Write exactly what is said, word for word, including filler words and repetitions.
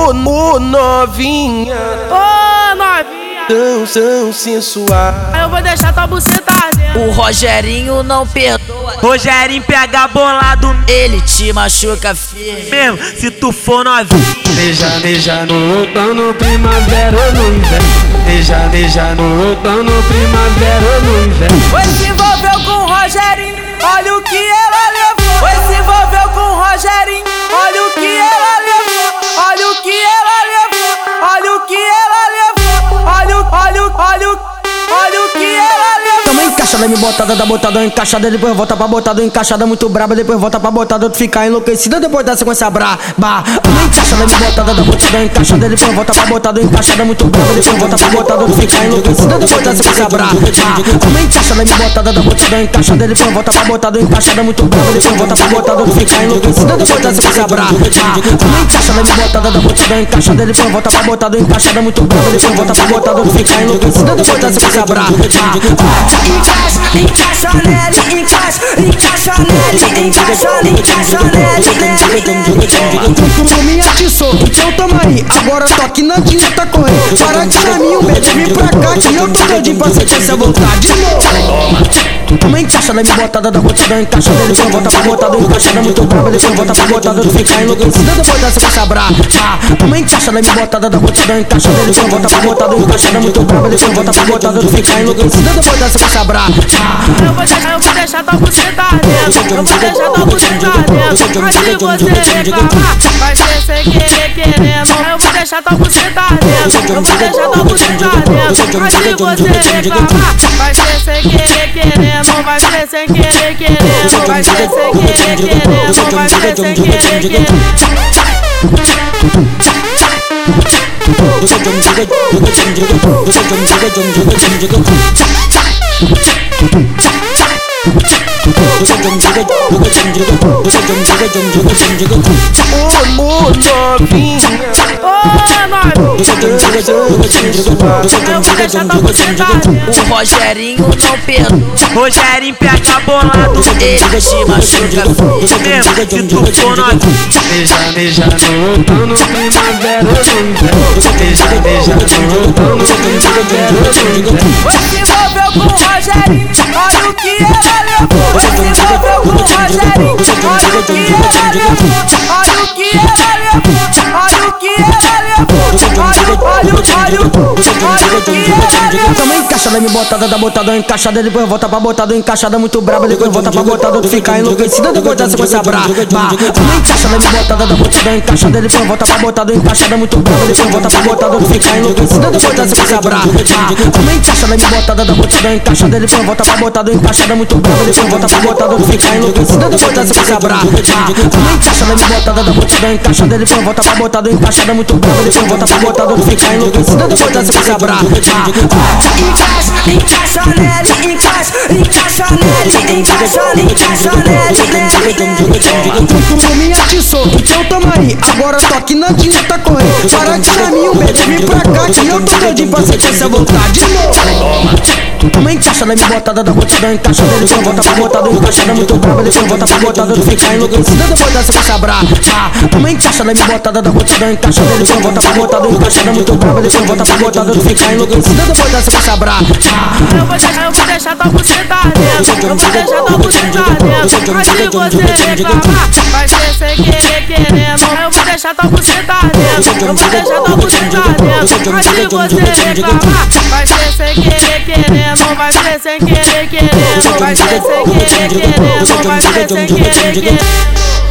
Ô, ô novinha, Ô novinha, tão, tão sensual. eu vou deixar tua buceta dentro. O Rogerinho não perdoa. Rogerinho pega bolado, Ele te machuca firme mesmo se tu for novinho. Beija, beija no outono, primavera ou no inverno. Beija, beija no outono, primavera ou no inverno. Foi se envolveu com o Rogerinho, olha o que ela levou. Foi se envolveu com o Rogerinho, olha o que ela levou. Olha o que ela levou, olha o que ela levou. Olha o, olha o, olha o, olha o que ela levou. Tamo encaixada, me botada, da botada encaixada, depois volta pra botada encaixada muito braba, depois volta pra botada, tu fica enlouquecida depois da sequência braba. Tamo encaixada, me botada, da botada encaixada, depois volta pra botada encaixada muito braba, depois volta pra botada, tu fica enlouquecida depois da sequência braba. Tamo encaixada, me botada, da botada encaixada, depois volta pra botada encaixada muito braba, depois volta pra botada, tu fica enlouquecida depois da sequência braba. Tamo encaixada, me botada, da botada encaixada, depois volta pra botada encaixada muito braba, depois volta pra botada, tu fica enlouquecida depois da sequência braba. Encaixa, encaixa nele, encaixa, encaixa nele, encaixa, encaixa nele, nele. Tu não me atiçou, então tamo aí. Agora tô aqui na dieta correr. Para de caminho, baby, vem pra cá que eu tô doidinho pra sentir essa vontade de novo. Tamo encaixada, me botada, da botada encaixada, depois volta pra botada encaixada muito braba, depois volta pra botada, tu fica enlouquecida depois da sequência braba. Tamo encaixada, me botada, da botada encaixada, depois volta pra botada encaixada muito braba, depois volta pra botada, tu fica enlouquecida depois da sequência braba. Eu vou deixar, eu vou deixar tua buceta dentro. Eu vou deixar tua buceta dentro. Mas se você reclamar, vai ser sem querer querendo. Eu vou deixar tua buceta dentro. Eu vou deixar tua buceta dentro. Mas se você reclamar, vai ser sem querer querendo. Vai ser sem querer querendo. Vai ser sem querer querendo. Vai ser sem querer querendo. Ô, ô novinha, Ô novinha, tão sensual. eu vou deixar tua buceta dentro. O Rogerinho não perdoa. Rogerinho pega bolado, Ele te machuca firme mesmo se tu for novinho. Beija, beija no outono, primavera ou no inverno. Beija, beija no outono, primavera ou no inverno. Foi se envolveu com o Rogerinho, olha o que ela levou. Foi se envolveu com o Rogerinho, olha o que ela levou. Olha o que ela levou, olha o que ela levou. Olha o, olha o, olha o, olha o que ela levou. Tamo encaixada, me botada, da botada encaixada, depois volta pra botada encaixada muito braba, depois volta pra botada, tu fica enlouquecida depois da sequência braba. Tamo encaixada, me botada, da botada encaixada, depois volta pra botada encaixada muito braba, depois volta pra botada, tu fica enlouquecida depois da sequência braba. Tamo encaixada, me botada, da botada encaixada, depois volta pra botada encaixada muito braba, depois volta pra botada, tu fica enlouquecida depois da sequência braba. Tamo encaixada, me botada, da botada encaixada, depois volta pra botada encaixada muito braba, depois volta pra botada, tu fica enlouquecida depois da sequência braba. Encaixa, encaixa nele, encaixa, encaixa nele, encaixa, encaixa nele, nele. Tu não me atiçou, então tamo aí. Agora tô aqui na dieta correr. Para de caminho, baby, vem pra cá que eu tô doidinho pra sentir essa vontade de novo. Tamo encaixada, me botada, da botada encaixada, depois volta pra botada encaixada muito braba, depois volta pra botada, tu fica enlouquecida depois da sequência braba. Tamo encaixada, me botada, da botada encaixada, depois volta pra botada encaixada muito braba, depois volta pra botada, tu fica enlouquecida depois da sequência braba. Eu vou deixar, eu vou deixar tua buceta dentro. Eu vou deixar tua buceta dentro. Mas se você reclamar, vai ser sem querer querendo. Eu vou deixar tua buceta dentro. Eu vou deixar tua buceta dentro. Mas se você reclamar, vai ser sem querer querendo. Vai ser sem querer querendo. Vai ser sem querer querendo. Vai ser sem querer querendo.